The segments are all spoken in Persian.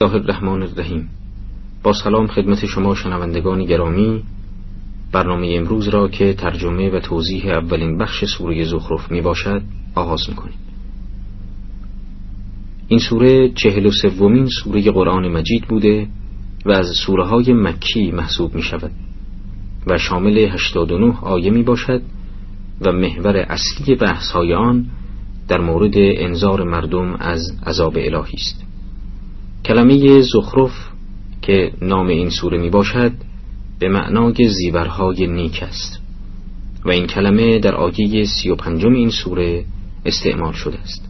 الله الرحمن الرحیم. با سلام خدمت شما شنوندگان گرامی. برنامه امروز را که ترجمه و توضیح اولین بخش سوره زخرف می باشد آغاز می کنیم. این سوره 43مین سوره قرآن مجید بوده و از سوره های مکی محسوب می شود و شامل 89 آیه می باشد و محور اصلی بحث های آن در مورد انذار مردم از عذاب الهی است. کلمه زخرف که نام این سوره می باشد به معنای زیورهای نیک است و این کلمه در آیه 35 این سوره استعمال شده است.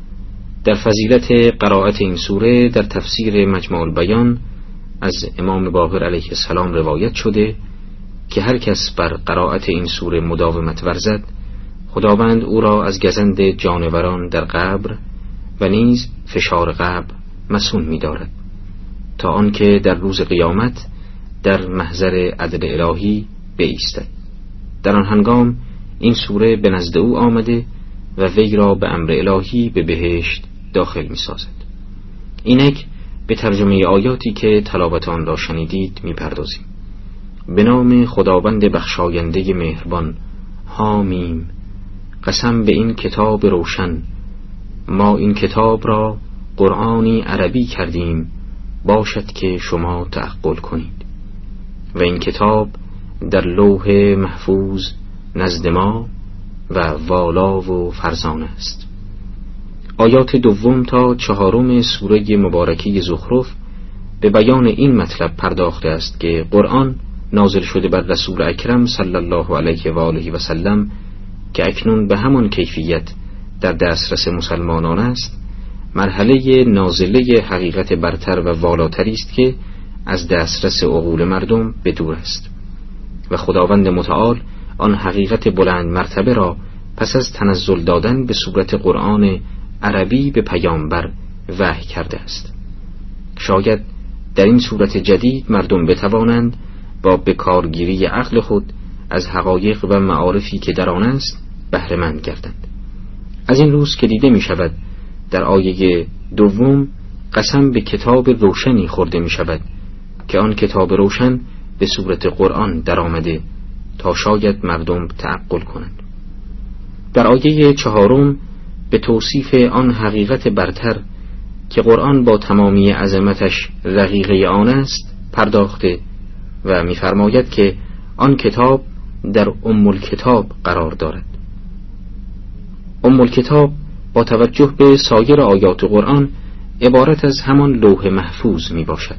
در فضیلت قرائت این سوره در تفسیر مجمع البیان از امام باقر علیه السلام روایت شده که هر کس بر قرائت این سوره مداومت ورزد، خداوند او را از گزند جانوران در قبر و نیز فشار قبر مسون می دارد تا آنکه در روز قیامت در محضر عدل الهی بایستد. در آن هنگام این سوره به نزد او آمده و وی را به امر الهی به بهشت داخل می سازد. اینک به ترجمه آیاتی که تلاوت آن را شنیدید می پردازیم. به نام خداوند بخشاینده مهربان. حامیم. قسم به این کتاب روشن، ما این کتاب را قرآنی عربی کردیم باشد که شما تعقل کنید و این کتاب در لوح محفوظ نزد ما و والا و فرزانه است. آیات 2 تا 4 سوره مبارکه زخرف به بیان این مطلب پرداخته است که قرآن نازل شده بر رسول اکرم صلی الله علیه و آله و سلم که اکنون به همان کیفیت در دسترس مسلمانان است، مرحله نازله حقیقت برتر و والاتری است که از دسترس عقول مردم به دور است و خداوند متعال آن حقیقت بلند مرتبه را پس از تنزل دادن به صورت قرآن عربی به پیامبر وحی کرده است. شاید در این صورت جدید مردم بتوانند با بکارگیری عقل خود از حقایق و معارفی که در آن است بهره مند گردند. از این روز که دیده می شود در آیه 2 قسم به کتاب روشنی خورده می شود که آن کتاب روشن به صورت قرآن در آمده تا شاید مردم تعقل کنند. در آیه 4 به توصیف آن حقیقت برتر که قرآن با تمامی عظمتش رقیقه آن است پرداخته و می فرماید که آن کتاب در ام الکتاب قرار دارد. ام الکتاب با توجه به سایر آیات قرآن عبارت از همان لوح محفوظ می باشد.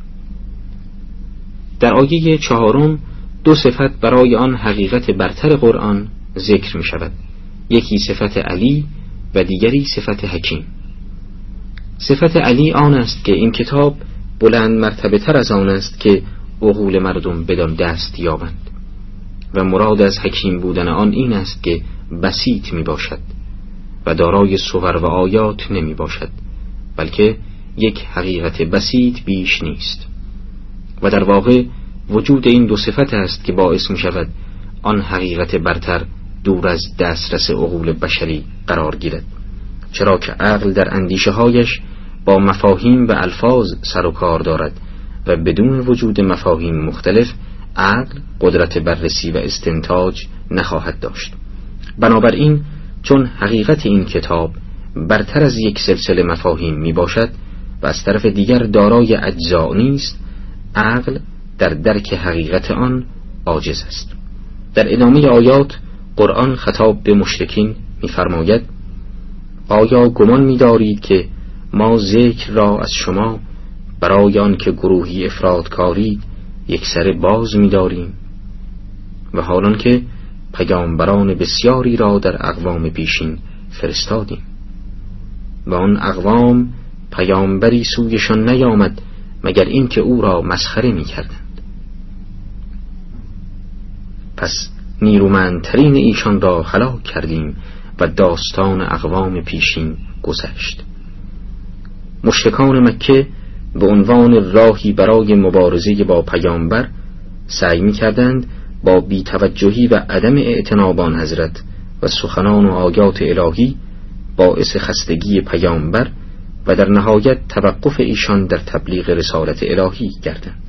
در آیه 4 2 صفت برای آن حقیقت برتر قرآن ذکر می شود. یکی صفت علی و دیگری صفت حکیم. صفت علی آن است که این کتاب بلند مرتبه تر از آن است که عقول مردم بدان دست یابند و مراد از حکیم بودن آن این است که بسیط می باشد و دارای صور و آیات نمی باشد، بلکه یک حقیقت بسیط بیش نیست و در واقع وجود این 2 صفت است که باعث می شود آن حقیقت برتر دور از دسترس عقول بشری قرار گیرد، چرا که عقل در اندیشه هایش با مفاهیم و الفاظ سر و کار دارد و بدون وجود مفاهیم مختلف عقل قدرت بررسی و استنتاج نخواهد داشت. بنابراین چون حقیقت این کتاب برتر از یک سلسله مفاهیم می باشد و از طرف دیگر دارای اجزا نیست، عقل در درک حقیقت آن عاجز است. در ادامه آیات قرآن خطاب به مشرکین می فرماید: آیا گمان می دارید که ما ذکر را از شما برای آن که گروهی افراطکاری یک سر باز می داریم و حالان که پیامبران بسیاری را در اقوام پیشین فرستادیم و آن اقوام پیامبری سویشان نیامد مگر این که او را مسخره می کردند. پس نیرومندترین ایشان را هلاک کردیم و داستان اقوام پیشین گذشت. مشرکان مکه به عنوان راهی برای مبارزه با پیامبر سعی می کردند با بی‌توجهی و عدم اعتنا به حضرت و سخنان و آیات الهی باعث خستگی پیامبر و در نهایت توقف ایشان در تبلیغ رسالت الهی گردند.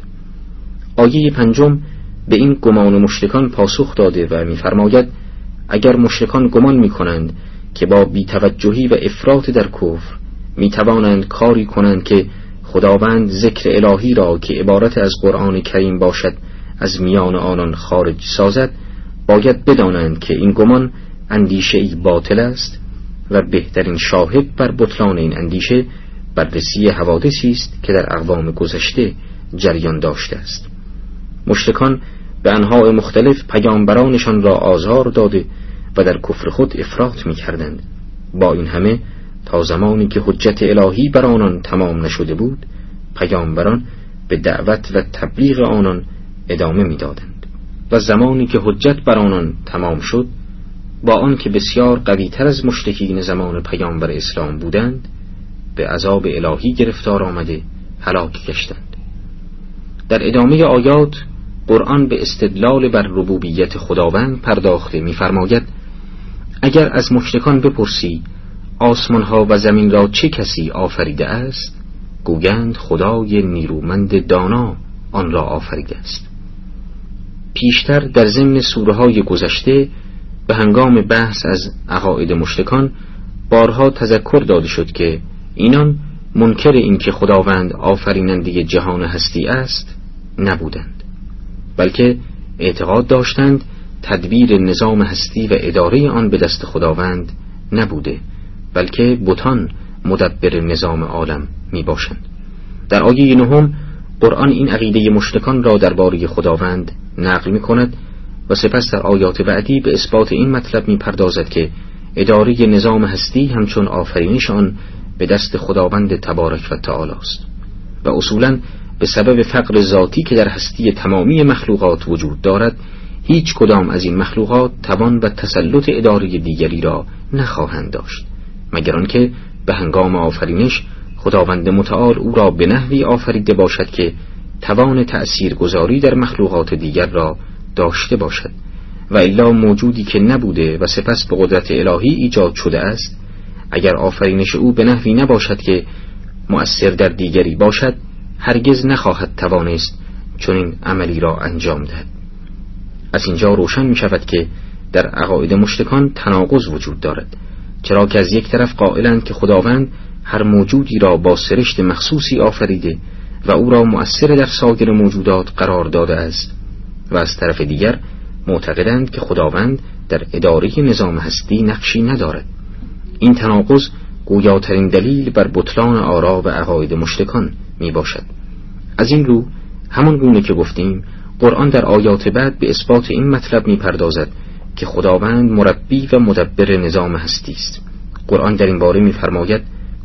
آیه 5 به این گمان مشرکان پاسخ داده و می‌فرماید اگر مشرکان گمان می‌کنند که با بی‌توجهی و افراط در کفر می‌توانند کاری کنند که خداوند ذکر الهی را که عبارت از قرآن کریم باشد از میان آنان خارج سازد، باید بدانند که این گمان اندیشه‌ای باطل است و بهترین شاهد بر بطلان این اندیشه بررسی حوادثی است که در اقوام گذشته جریان داشته است. مشرکان به انواع مختلف پیامبرانشان را آزار داده و در کفر خود افراط می‌کردند. با این همه تا زمانی که حجت الهی بر آنان تمام نشده بود، پیامبران به دعوت و تبلیغ آنان ادامه می‌دادند و زمانی که حجت بر آنان تمام شد، با آنکه بسیار قوی‌تر از مشرکین زمان پیامبر اسلام بودند، به عذاب الهی گرفتار آمده هلاک گشتند. در ادامه آیات قرآن به استدلال بر ربوبیت خداوند پرداخته می‌فرماید اگر از مشرکان بپرسی آسمان‌ها و زمین را چه کسی آفریده است، گویند خدای نیرومند دانا آن را آفریده است. پیشتر در ضمن سوره‌های گذشته به هنگام بحث از عقاید مشرکان بارها تذکر داده شد که اینان منکر این که خداوند آفریننده جهان هستی است نبودند، بلکه اعتقاد داشتند تدبیر نظام هستی و اداره آن به دست خداوند نبوده، بلکه بتان مدبر نظام عالم می باشند. در آیه 9 قرآن این عقیده مشرکان را درباره خداوند نقل می کند و سپس در آیات بعدی به اثبات این مطلب می پردازد که اداره نظام هستی همچون آفرینش آن به دست خداوند تبارک و تعالی است و اصولاً به سبب فقر ذاتی که در هستی تمامی مخلوقات وجود دارد، هیچ کدام از این مخلوقات توان و تسلط اداره دیگری را نخواهند داشت، مگر آنکه به هنگام آفرینش خداوند متعال او را به نحوی آفریده باشد که توان تأثیرگذاری در مخلوقات دیگر را داشته باشد، و الا موجودی که نبوده و سپس به قدرت الهی ایجاد شده است، اگر آفرینش او به نحوی نباشد که مؤثر در دیگری باشد، هرگز نخواهد توانست چنین عملی را انجام دهد. از اینجا روشن می شود که در عقاید مشرکان تناقض وجود دارد، چرا که از یک طرف قائلند که خداوند هر موجودی را با سرشت مخصوصی آفریده و او را مؤثر در سایر موجودات قرار داده است، و از طرف دیگر معتقدند که خداوند در اداره نظام هستی نقشی ندارد. این تناقض گویاترین دلیل بر بطلان آرا و عقاید مشرکان می باشد. از این رو همان گونه که گفتیم، قرآن در آیات بعد به اثبات این مطلب می پردازد که خداوند مربی و مدبر نظام هستی است. قرآن در این باره می فرماید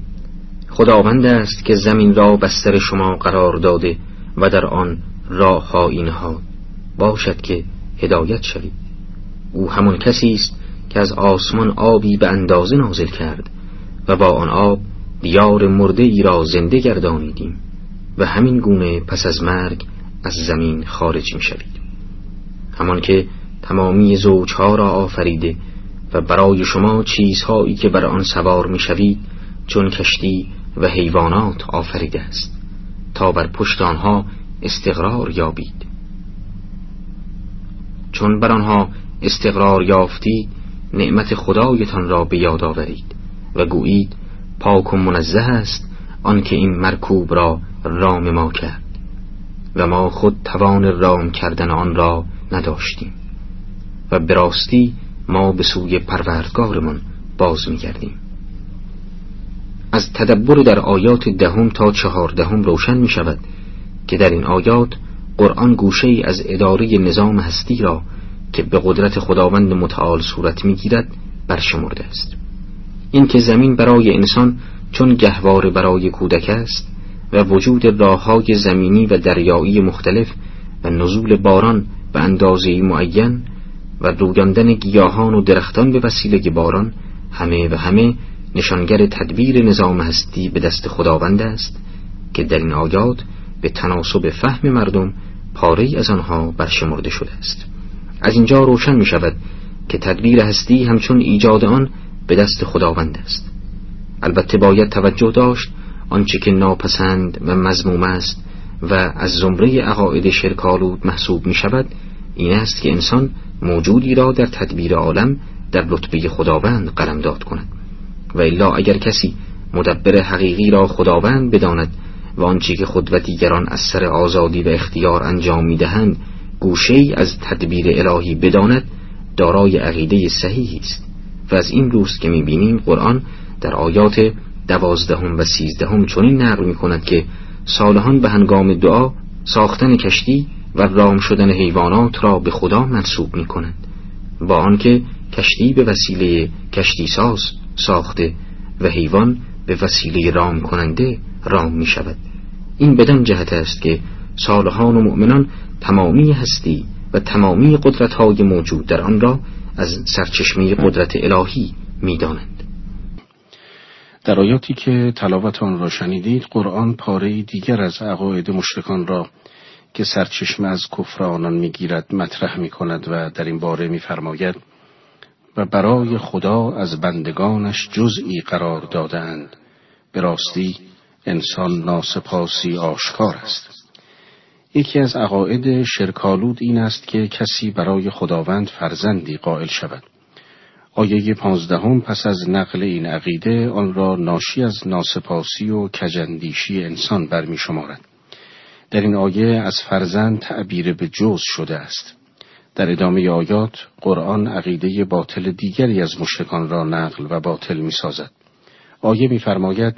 خداوند است که زمین را بستر شما قرار داده و در آن راه‌هایی نهاد باشد که هدایت شوید. او همان کسی است که از آسمان آبی به اندازه نازل کرد و با آن آب دیار مرده ای را زنده گردانیدیم و همین گونه پس از مرگ از زمین خارج می شوید. همان که تمامی زوجها را آفریده و برای شما چیزهایی که بر آن سوار می شوید چون کشتی و حیوانات آفریده است تا بر پشت آنها استقرار یابید. چون بر آنها استقرار یافتید، نعمت خدایتان را به یاد آورید و گویید پاک و منزه است آن که این مرکوب را رام ما کرد و ما خود توان رام کردن آن را نداشتیم و به راستی ما به سوی پروردگارمان باز می‌گردیم. از تدبر در آیات 10 تا 14 روشن می شود که در این آیات قرآن گوشه‌ای از اداره نظام هستی را که به قدرت خداوند متعال صورت می گیرد برشمرده است. این که زمین برای انسان چون گهواره برای کودک است و وجود راه‌های زمینی و دریایی مختلف و نزول باران به اندازه‌ای معین و رویاندن گیاهان و درختان به وسیله باران همه نشانگر تدبیر نظام هستی به دست خداوند است که در این آیات به تناسب فهم مردم پاره‌ای از آنها برشمرده شده است. از اینجا روشن می شود که تدبیر هستی همچون ایجاد آن به دست خداوند است. البته باید توجه داشت آنچه که ناپسند و مذموم است و از زمره عقاید شرک‌آلود محسوب می شود این است که انسان موجودی را در تدبیر عالم در رتبه خداوند قلمداد کند، و الا اگر کسی مدبر حقیقی را خداوند بداند و آنچه که خود و دیگران از سر آزادی و اختیار انجام می دهند گوشه‌ای از تدبیر الهی بداند، دارای عقیده صحیحی است. و از این روز که می بینیم قرآن در آیات 12 و 13 چنین نقل می کند که صالحان به هنگام دعا ساختن کشتی و رام شدن حیوانات را به خدا منسوب می کنند، با آنکه کشتی به وسیله کشتی ساز ساخته و حیوان به وسیله رام کننده رام می شود. این بدان جهت است که صالحان و مؤمنان تمامی هستی و تمامی قدرت‌های موجود در آن را از سرچشمه قدرت الهی می دانند. در آیاتی که تلاوت آن را شنیدید، قرآن پاره دیگر از عقاید مشرکان را که سرچشمه از کفر آنان می‌گیرد مطرح می‌کند و در این باره می‌فرماید: و برای خدا از بندگانش جزئی قرار دادند، به راستی انسان ناسپاسی آشکار است. یکی از عقاید شرک‌آلود این است که کسی برای خداوند فرزندی قائل شود. آیه 15 پس از نقل این عقیده آن را ناشی از ناسپاسی و کجندیشی انسان برمی شمارد. در این آیه از فرزند تعبیر به جزء شده است. در ادامه آیات قرآن عقیده باطل دیگری از مشرکان را نقل و باطل می سازد. آیه می فرماید: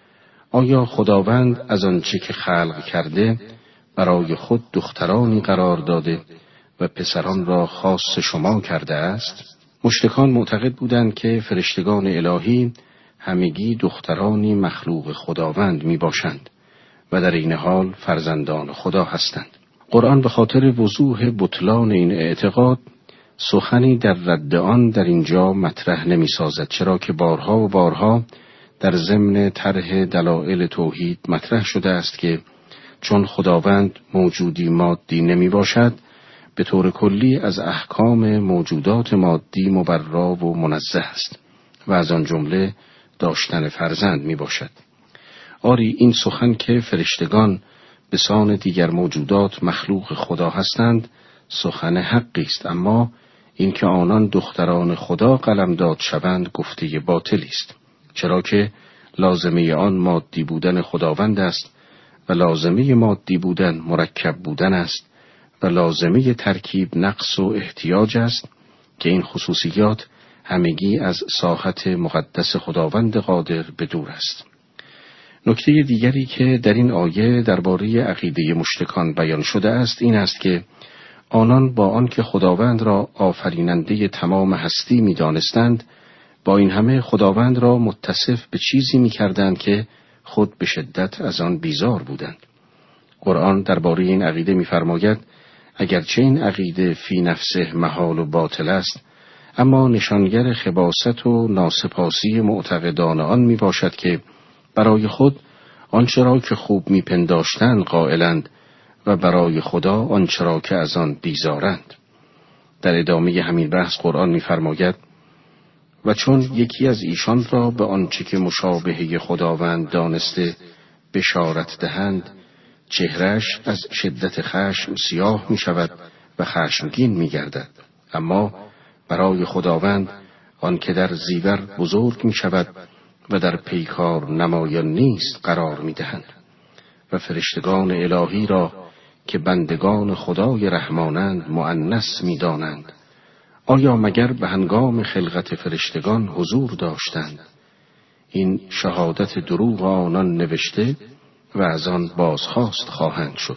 آیا خداوند از آنچه که خلق کرده برای خود دخترانی قرار داده و پسران را خاص شما کرده است؟ مشرکان معتقد بودند که فرشتگان الهی همگی دخترانی مخلوق خداوند می باشند و در این حال فرزندان خدا هستند. قرآن به خاطر وضوح بطلان این اعتقاد سخنی در رد آن در اینجا مطرح نمی سازد، چرا که بارها و بارها در ضمن طرح دلائل توحید مطرح شده است که چون خداوند موجودی مادی نمی باشد، به طور کلی از احکام موجودات مادی مبرا و منزه است و از آن جمله داشتن فرزند می باشد. آری این سخن که فرشتگان به سان دیگر موجودات مخلوق خدا هستند سخن حقی است، اما این که آنان دختران خدا قلمداد شوند گفته باطلی است، چرا که لازمه آن مادی بودن خداوند است و لازمه مادی بودن مرکب بودن است و لازمه ترکیب نقص و احتیاج است که این خصوصیات همگی از ساحت مقدس خداوند قادر به دور است. نکته دیگری که در این آیه درباره عقیده مشرکان بیان شده است این است که آنان با آنکه خداوند را آفریننده تمام هستی می دانستند، با این همه خداوند را متصف به چیزی می کردند که خود به شدت از آن بیزار بودند. قرآن درباره این عقیده می فرماید: اگرچه این عقیده فی نفسه محال و باطل است، اما نشانگر خباثت و ناسپاسی معتقدان آن می باشد که برای خود آنچه را که خوب می پنداشتند قائلند و برای خدا آنچه را که از آن بیزارند. در ادامه همین بحث قرآن می فرماید: و چون یکی از ایشان را به آنچه که مشابهه خداوند دانسته بشارت دهند، چهرهش از شدت خشم سیاه می شود و خشمگین می گردد، اما برای خداوند آن که در زیور بزرگ می شود و در پیکار نمایان نیست قرار می دهند. و فرشتگان الهی را که بندگان خدای رحمانند مؤنث می دانند. آیا مگر به هنگام خلقت فرشتگان حضور داشتند؟ این شهادت دروغ آنان نوشته و از آن بازخواست خواهند شد.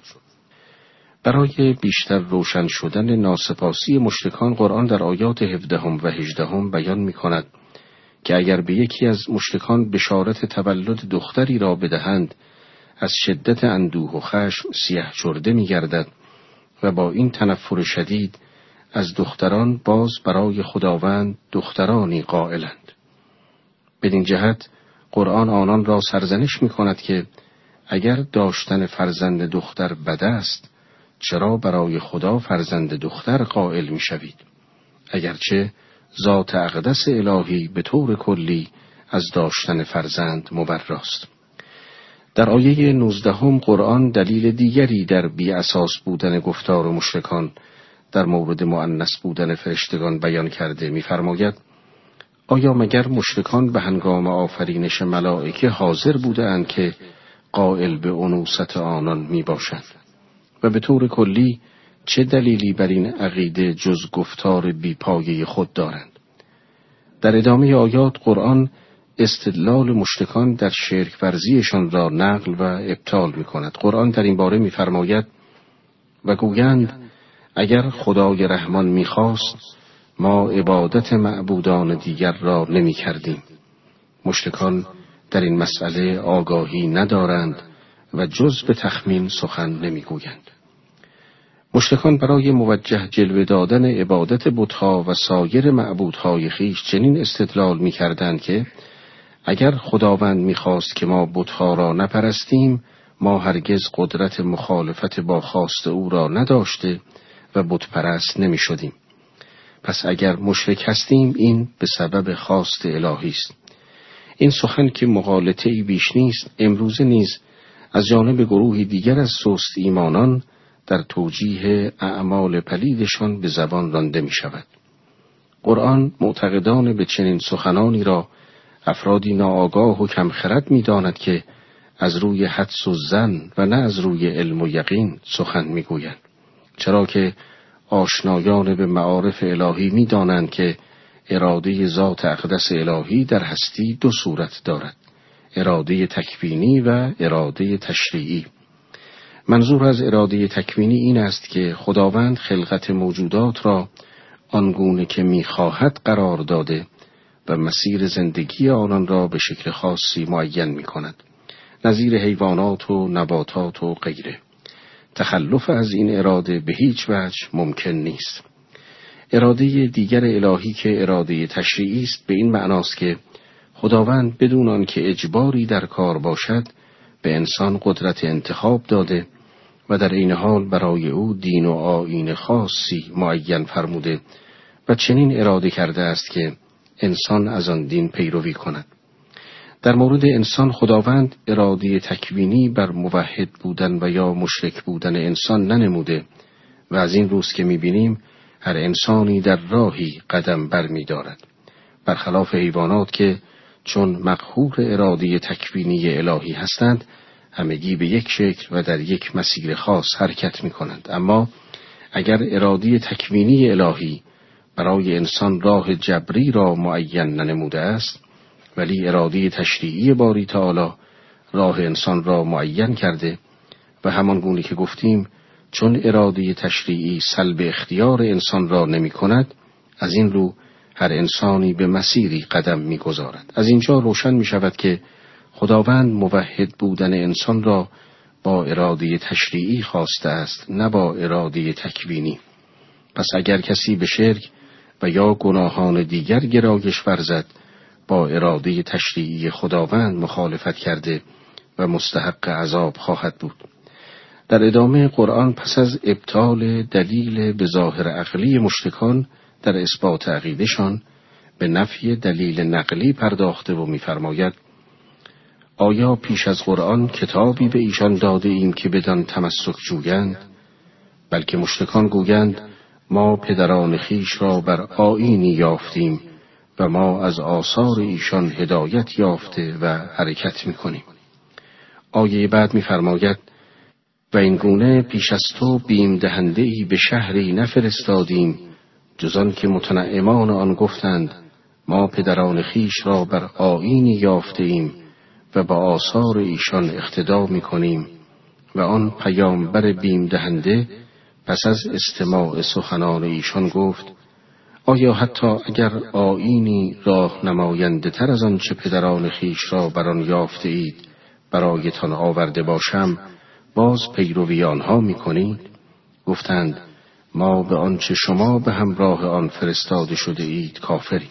برای بیشتر روشن شدن ناسپاسی مشرکان قرآن در آیات 17 و 18 بیان می کند که اگر به یکی از مشرکان بشارت تولد دختری را بدهند، از شدت اندوه و خشم سیه چرده می گردد و با این تنفر شدید از دختران باز برای خداوند دخترانی قائلند. بدین جهت قرآن آنان را سرزنش می کند که اگر داشتن فرزند دختر بد است، چرا برای خدا فرزند دختر قائل می شوید؟ اگرچه ذات اقدس الهی به طور کلی از داشتن فرزند مبراست. در آیه 19 قرآن دلیل دیگری در بی اساس بودن گفتار مشرکان در مورد مؤنث بودن فرشتگان بیان کرده. می‌فرماید: آیا مگر مشرکان به هنگام آفرینش ملائکه حاضر بودند که قائل به انوثت آنان میباشند؟ و به طور کلی چه دلیلی بر این عقیده جز گفتار بیپایه خود دارند؟ در ادامه آیات قرآن استدلال مشرکان در شرک ورزیشان را نقل و ابطال می کند. قرآن در این باره می فرماید: و گویند اگر خدای رحمان می خواست ما عبادت معبودان دیگر را نمی کردیم. مشرکان در این مسئله آگاهی ندارند و جز به تخمین سخن نمی گویند. مشرکان برای موجه جلوه دادن عبادت بت‌ها و سایر معبودهای خویش چنین استدلال می کردند که اگر خداوند می خواست که ما بت‌ها را نپرستیم، ما هرگز قدرت مخالفت با خواست او را نداشته و بت پرست نمی شدیم. پس اگر مشرک هستیم این به سبب خواست الهی است. این سخن که مغالطه‌ای بیش نیست، امروزه نیز از جانب گروهی دیگر از سست ایمانان در توجیه اعمال پلیدشان به زبان رانده می شود. قرآن معتقدان به چنین سخنانی را افرادی ناآگاه و کم خرد می داند که از روی حدس و ظن و نه از روی علم و یقین سخن می گویند. چرا که آشنایان به معارف الهی می دانند که اراده ذات اقدس الهی در هستی دو صورت دارد: اراده تکوینی و اراده تشریعی. منظور از اراده تکوینی این است که خداوند خلقت موجودات را آنگونه که می‌خواهد قرار داده و مسیر زندگی آنان را به شکل خاصی معین می‌کند، نظیر حیوانات و نباتات و غیره. تخلف از این اراده به هیچ وجه ممکن نیست. اراده دیگر الهی که اراده تشریعی است به این معناست که خداوند بدون آنکه اجباری در کار باشد به انسان قدرت انتخاب داده و در این حال برای او دین و آیین خاصی معین فرموده و چنین اراده کرده است که انسان از آن دین پیروی کند. در مورد انسان خداوند اراده تکوینی بر موحد بودن و یا مشرک بودن انسان ننموده و از این روز که می‌بینیم هر انسانی در راهی قدم بر می‌دارد، برخلاف حیوانات که چون مقهور اراده تکوینی الهی هستند همگی به یک شکل و در یک مسیر خاص حرکت می‌کنند. اما اگر اراده تکوینی الهی برای انسان راه جبری را معین ننموده است، ولی اراده تشریعی باری تعالی راه انسان را معین کرده و همان گونه که گفتیم چون اراده تشریعی سلب اختیار انسان را نمی کند، از این رو هر انسانی به مسیری قدم می گذارد. از اینجا روشن می شود که خداوند موحد بودن انسان را با اراده تشریعی خواسته است، نه با اراده تکوینی. پس اگر کسی به شرک و یا گناهان دیگر گرایش ورزد، با اراده تشریعی خداوند مخالفت کرده و مستحق عذاب خواهد بود. در ادامه قرآن پس از ابطال دلیل به ظاهر عقلی مشرکان در اثبات عقیدشان به نفی دلیل نقلی پرداخته و می‌فرماید: آیا پیش از قرآن کتابی به ایشان داده ایم که بدان تمسک جویند؟ بلکه مشرکان گویند ما پدران خیش را بر آیینی یافتیم و ما از آثار ایشان هدایت یافته و حرکت می‌کنیم. آیه بعد می‌فرماید: و این گونه پیش از تو بیم دهنده‌ای به شهری نفرستادیم جز آن که متنعمان آن گفتند ما پدران خیش را بر آیینی یافته ایم و با آثار ایشان اقتدا می‌کنیم و آن پیامبر بیم دهنده پس از استماع سخنان ایشان گفت: آیا حتی اگر آیینی راه نماینده تر از آن چه پدران خیش را بر آن یافته اید برایتان آورده باشم باز پیروی آنها می‌کنید؟ گفتند ما به آنچه شما به همراه آن فرستاده شده اید کافریم.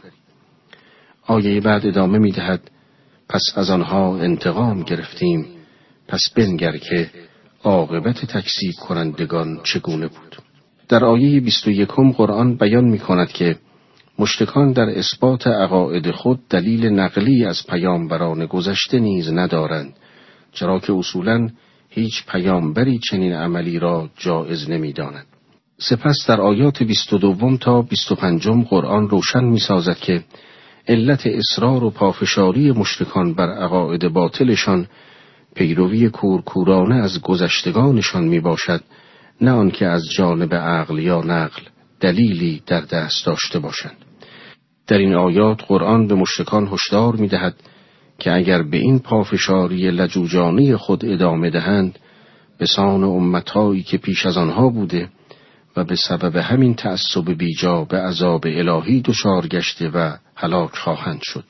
آیه بعد ادامه می‌دهد: پس از آنها انتقام گرفتیم، پس بنگر که عاقبت تکذیب کنندگان چگونه بود. در آیه 21 قرآن بیان می‌کند که مشرکان در اثبات عقاید خود دلیل نقلی از پیامبران گذشته نیز ندارند، چرا که اصولاً هیچ پیامبری چنین عملی را جایز نمی‌داند. سپس در آیات 22 تا 25 قرآن روشن می‌سازد که علت اصرار و پافشاری مشرکان بر عقاید باطلشان پیروی کورکورانه از گذشتگانشان میباشد، نه آنکه از جانب عقل یا نقل دلیلی در دست داشته باشند. در این آیات قرآن به مشرکان هشدار میدهد که اگر به این پافشاری لجوجانه خود ادامه دهند، به سان امتهایی که پیش از آنها بوده و به سبب همین تعصب بیجا به عذاب الهی دچار گشته و هلاک خواهند شد.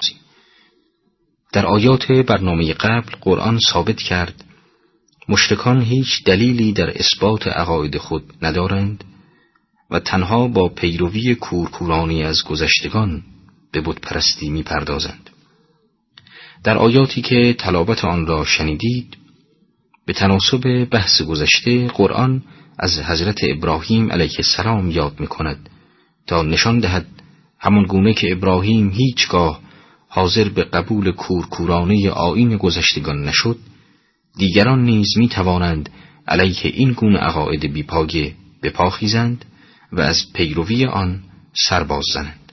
در آیات برنامه قبل قرآن ثابت کرد مشرکان هیچ دلیلی در اثبات عقاید خود ندارند و تنها با پیروی کورکورانه از گذشتگان به بت پرستی می پردازند. در آیاتی که تلاوت آن را شنیدید، به تناسب بحث گذشته قرآن از حضرت ابراهیم علیه السلام یاد می کند تا نشان دهد همان گونه که ابراهیم هیچگاه حاضر به قبول کورکورانه آیین گذشتگان نشد، دیگران نیز می توانند علیه این گونه عقاید بیپایه بپاخیزند و از پیروی آن سرباز زنند.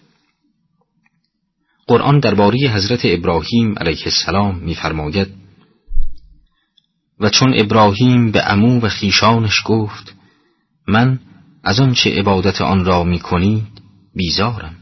قرآن درباره حضرت ابراهیم علیه السلام می فرماید: و چون ابراهیم به عمو و خیشانش گفت من از آن چه عبادت آن را می کنید بیزارم،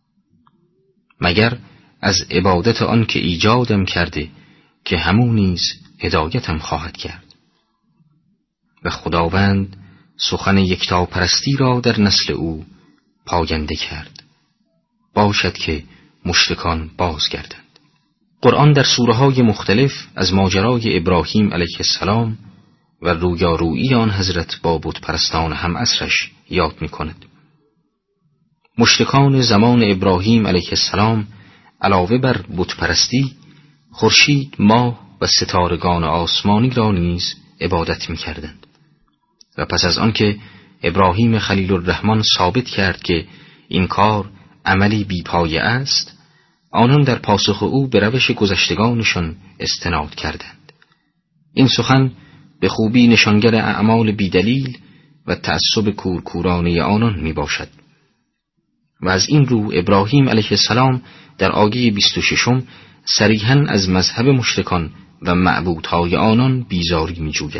مگر از عبادت آن که ایجادم کرده که همون نیز هدایتم خواهد کرد. و خداوند سخن یکتاپرستی را در نسل او پاینده کرد، باشد که مشرکان بازگردند. قرآن در سوره‌های مختلف از ماجرای ابراهیم علیه السلام و رویارویی آن حضرت با بت پرستان هم عصرش یاد می کند. مشرکان زمان ابراهیم علیه السلام علاوه بر بت پرستی، خورشید، ماه و ستارگان آسمانی را نیز عبادت می کردند. و پس از آنکه ابراهیم خلیل الرحمن ثابت کرد که این کار عملی بیپایه است، آنان در پاسخ او به روش گذشتگانشان استناد کردند. این سخن به خوبی نشانگر اعمال بیدلیل و تعصب کورکورانه آنان می باشد. و از این رو ابراهیم علیه السلام در آیه 26 صریحاً از مذهب مشرکان و معبودهای آنان بیزاری می جوید.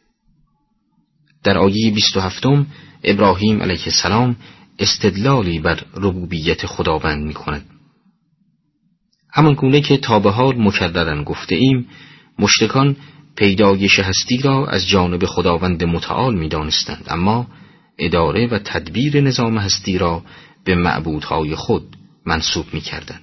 در آیه 27 ابراهیم علیه السلام استدلالی بر ربوبیت خداوند می کند. همان گونه که تا به حال مکرراً گفته ایم، مشرکان پیدایش هستی را از جانب خداوند متعال می دانستند، اما اداره و تدبیر نظام هستی را به معبودهای خود منسوب می کردند.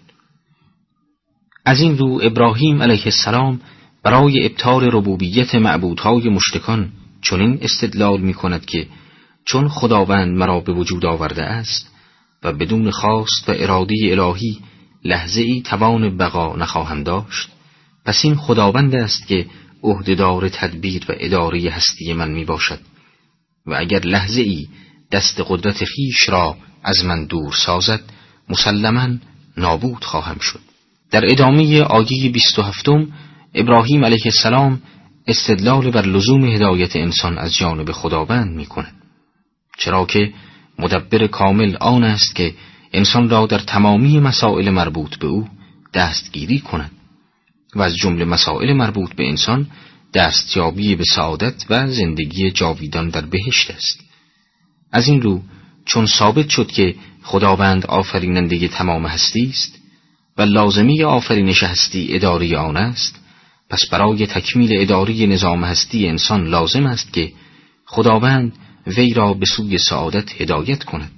از این رو ابراهیم علیه السلام برای ابطال ربوبیت معبودهای مشرکان چنین استدلال می کند که چون خداوند مرا به وجود آورده است و بدون خواست و اراده الهی لحظه ای توان بقا نخواهم داشت، پس این خداوند است که عهده‌دار تدبیر و اداره هستی من می باشد و اگر لحظه ای دست قدرت خیش را از من دور سازد مسلماً نابود خواهم شد. در ادامه آیه 27 ابراهیم علیه السلام استدلال بر لزوم هدایت انسان از جانب خداوند می کند، چرا که مدبر کامل آن است که انسان را در تمامی مسائل مربوط به او دستگیری کند و از جمله مسائل مربوط به انسان دستیابی به سعادت و زندگی جاویدان در بهشت است. از این رو چون ثابت شد که خداوند آفریننده تمام هستی است و لازمی آفرینش هستی اداره آن است، پس برای تکمیل اداره نظام هستی انسان لازم است که خداوند وی را به سوی سعادت هدایت کند.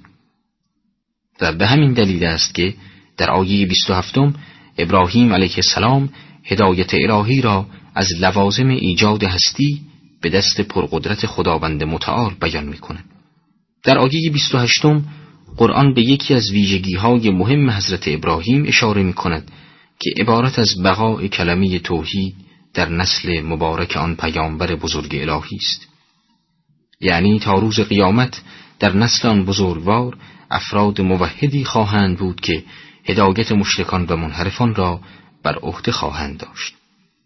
و به همین دلیل است که در آیه 27 ابراهیم علیه السلام هدایت الهی را از لوازم ایجاد هستی به دست پرقدرت خداوند متعال بیان می کند. در آیه 28 قرآن به یکی از ویژگی‌های مهم حضرت ابراهیم اشاره می کند که عبارت از بقای کلمه توحید در نسل مبارک آن پیامبر بزرگ الهی است. یعنی تا روز قیامت در نسل آن بزرگوار افراد موحدی خواهند بود که هدایت مشرکان و منحرفان را بر عهده خواهند داشت.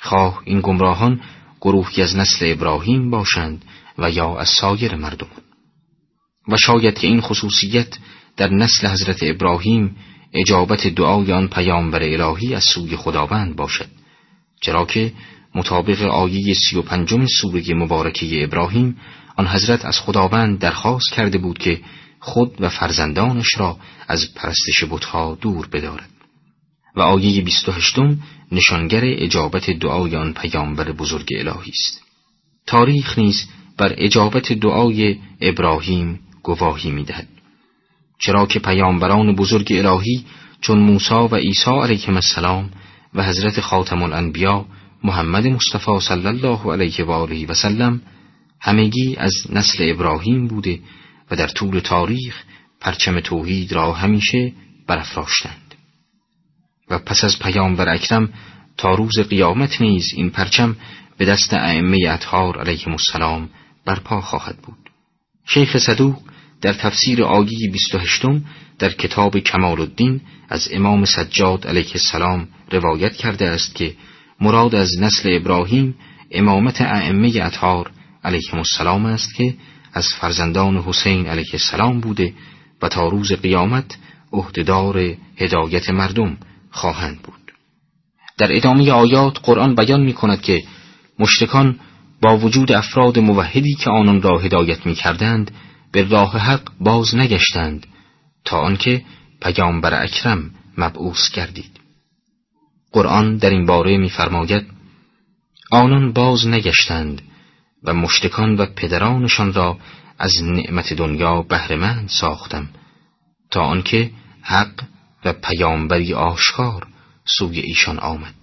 خواه این گمراهان گروهی از نسل ابراهیم باشند و یا از سایر مردمان. و شاید که این خصوصیت در نسل حضرت ابراهیم اجابت دعای آن پیامبر الهی از سوی خداوند باشد، چرا که مطابق آیه 35 سوره مبارکه ابراهیم آن حضرت از خداوند درخواست کرده بود که خود و فرزندانش را از پرستش بت‌ها دور بدارد. و آیه 28 نشانگر اجابت دعای آن پیامبر بزرگ الهی است. تاریخ نیز بر اجابت دعای ابراهیم گواهی می‌دهد، چرا که پیامبران بزرگ الهی چون موسی و عیسی علیهم السلام و حضرت خاتم الانبیا محمد مصطفی صلی الله علیه و آله و سلم همگی از نسل ابراهیم بوده و در طول تاریخ پرچم توحید را همیشه برافراشتند. و پس از پیامبر اکرم تا روز قیامت نیز این پرچم به دست ائمه اطهار علیهم السلام برپا خواهد بود. شیخ صدوق در تفسیر آیه 28 در کتاب کمال الدین از امام سجاد علیه السلام روایت کرده است که مراد از نسل ابراهیم امامت ائمه اطهار علیهم السلام است که از فرزندان حسین علیه السلام بوده و تا روز قیامت عهدهدار هدایت مردم خواهند بود. در ادامه آیات قرآن بیان می کند که مشرکان با وجود افراد موحدی که آنان را هدایت می کردند به راه حق باز نگشتند تا آنکه پیامبر اکرم مبعوث گردید. قرآن در این باره می فرماید آنان باز نگشتند و مشرکان و پدرانشان را از نعمت دنیا بهره‌مند ساختم تا آنکه حق و پیامبری آشکار سوی ایشان آمد.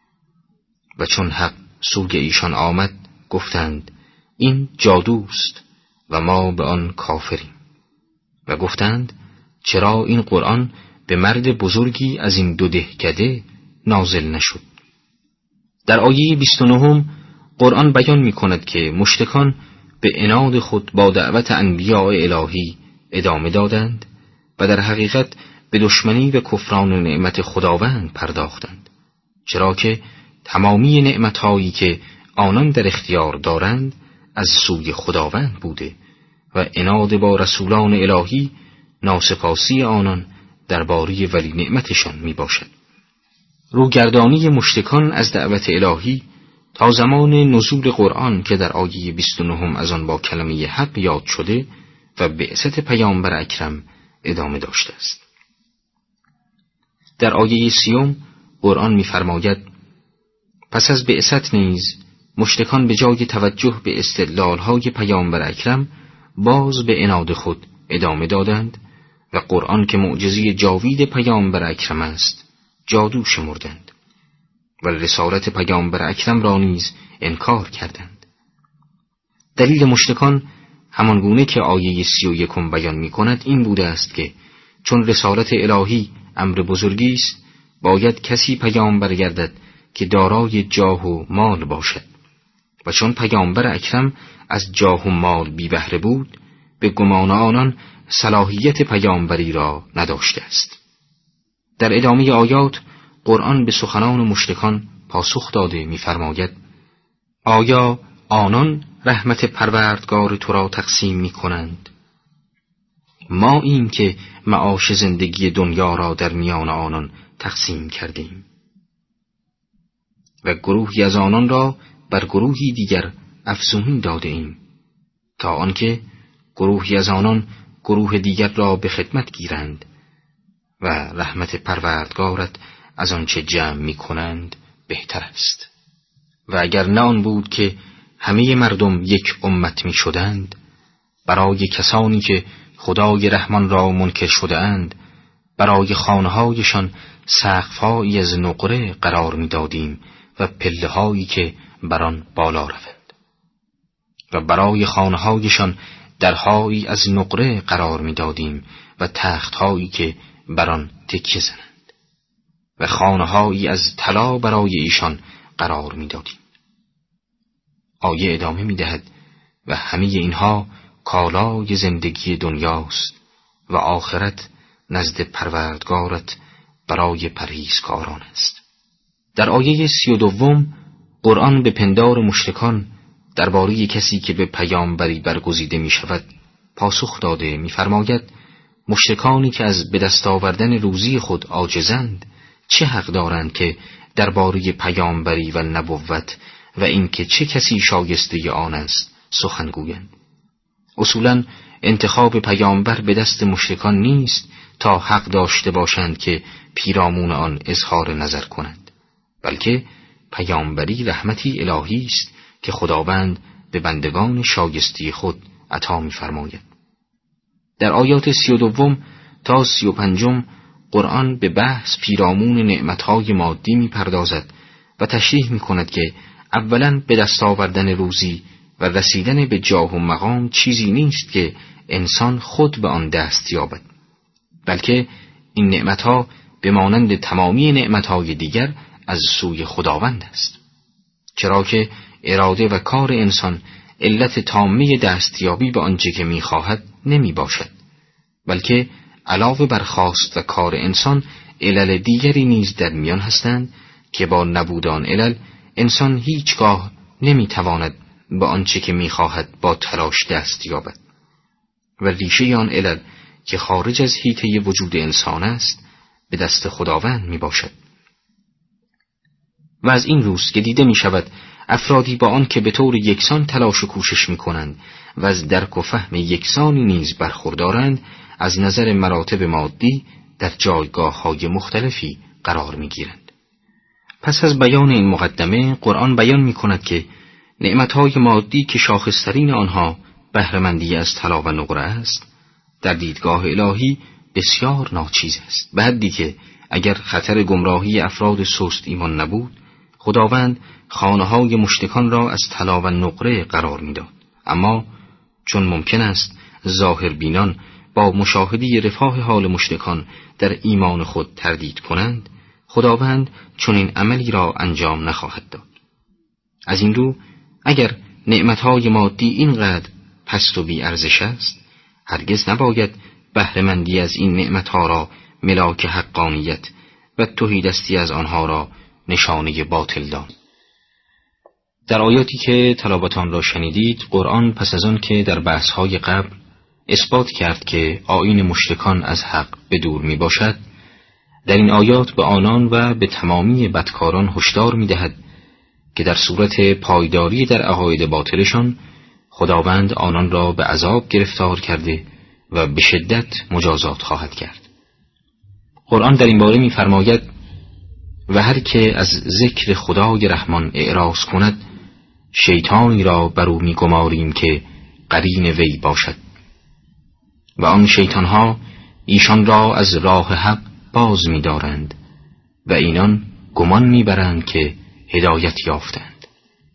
و چون حق سوی ایشان آمد گفتند این جادوست و ما به آن کافریم. و گفتند چرا این قرآن به مرد بزرگی از این دو دهکده نازل نشد؟ در آیه 29 قرآن بیان می کند که مشرکان به عناد خود با دعوت انبیاء الهی ادامه دادند و در حقیقت به دشمنی و کفران نعمت خداوند پرداختند، چرا که تمامی نعمتهایی که آنان در اختیار دارند از سوی خداوند بوده و عناد با رسولان الهی ناسپاسی آنان درباره ولی نعمتشان می باشد. روگردانی مشرکان از دعوت الهی تا زمان نزول قرآن که در آیه 29 از آن با کلمه حق یاد شده و بعثت پیامبر اکرم ادامه داشته است. در آیه 30 قرآن می‌فرماید پس از بعثت نیز مشرکان به جای توجه به استدلال‌های پیامبر اکرم باز به عناد خود ادامه دادند و قرآن که معجزه جاوید پیامبر اکرم است جادو شمردند و رسالت پیامبر اکرم را نیز انکار کردند. دلیل مشرکان همان گونه که آیه 31 بیان می کند این بوده است که چون رسالت الهی امر بزرگی است باید کسی پیامبر گردد که دارای جاه و مال باشد و چون پیامبر اکرم از جاه و مال بی بهره بود به گمان آنان صلاحیت پیامبری را نداشته است. در ادامه آیات قرآن به سخنان مشرکان پاسخ داده می‌فرماید آیا آنان رحمت پروردگار تو را تقسیم می‌کنند؟ ما این که معاش زندگی دنیا را در میان آنان تقسیم کردیم و گروهی از آنان را بر گروهی دیگر افزونی داده ایم تا آنکه گروهی از آنان گروه دیگر را به خدمت گیرند و رحمت پروردگارت از آنچه جمع می کنند بهتر است. و اگر نه آن بود که همه مردم یک امت می شدند برای کسانی که خدای رحمان را منکر شده اند برای خانه‌هایشان سقف‌هایی از نقره قرار می دادیم و پله‌هایی که بر آن بالا روند و برای خانه‌هایشان درهایی از نقره قرار می دادیم و تخت‌هایی که بر آن تکیه زنند و خانه‌هایی از طلا برای ایشان قرار می دادیم. آیه ادامه می دهد و همه اینها کالای زندگی دنیاست و آخرت نزد پروردگارت برای پرهیزکاران است. در آیه 32 قرآن به پندار مشرکان درباره کسی که به پیامبری برگزیده می شود پاسخ داده می فرماید مشرکانی که از به دست آوردن روزی خود عاجزند چه حق دارند که درباره پیامبری و نبوت و اینکه چه کسی شایسته آن است سخن گویند. اصولاً انتخاب پیامبر به دست مشرکان نیست تا حق داشته باشند که پیرامون آن اظهار نظر کنند، بلکه پیامبری رحمتی الهی است که خداوند به بندگان شایسته خود عطا می‌فرماید. در آیات 32 تا 35 قرآن به بحث پیرامون نعمتهای مادی می‌پردازد و تشریح می‌کند که اولاً به دست آوردن روزی و رسیدن به جاه و مقام چیزی نیست که انسان خود به آن دست یابد، بلکه این نعمتها به مانند تمامی نعمتهای دیگر از سوی خداوند است، چرا که اراده و کار انسان علت تامه دستیابی به آنچه که می‌خواهد نمی‌باشد، بلکه علاوه بر خواست و کار انسان علل دیگری نیز در میان هستند که با نبود آن علل انسان هیچگاه نمی‌تواند به آنچه که می‌خواهد با تلاش دست یابد و ریشه آن علل که خارج از حیطه وجود انسان است به دست خداوند میباشد. و از این روست که دیده میشود افرادی با آن که به طور یکسان تلاش و کوشش میکنند و از درک و فهم یکسانی نیز برخوردارند از نظر مراتب مادی در جایگاه‌های مختلفی قرار میگیرند. پس از بیان این مقدمه قرآن بیان میکند که نعمتهای مادی که شاخصترین آنها بهره‌مندی از طلا و نقره است در دیدگاه الهی بسیار ناچیز است، به حدی که اگر خطر گمراهی افراد سست ایمان نبود خداوند خانه‌های مشرکان را از طلا و نقره قرار می‌داد. اما چون ممکن است ظاهر بینان با مشاهده رفاه حال مشرکان در ایمان خود تردید کنند، خداوند چون این عملی را انجام نخواهد داد. از این رو اگر نعمتهای مادی اینقدر پست و بی ارزش است، هرگز نباید بهره‌مندی از این نعمتها را ملاک حقانیت و تهیدستی از آنها را نشانه باطل داند. در آیاتی که تلاوت را شنیدید، قرآن پس از آن که در بحث‌های قبل اثبات کرد که آیین مشرکان از حق به دور می باشد، در این آیات به آنان و به تمامی بدکاران هشدار می دهد که در صورت پایداری در عقاید باطلشان خداوند آنان را به عذاب گرفتار کرده و به شدت مجازات خواهد کرد. قرآن در این باره می فرماید و هر که از ذکر خدای رحمان اعراض کند شیطانی را بر او می گماریم که قرین وی باشد و آن شیطانها ایشان را از راه حق باز می دارند و اینان گمان می برند که هدایت یافتند.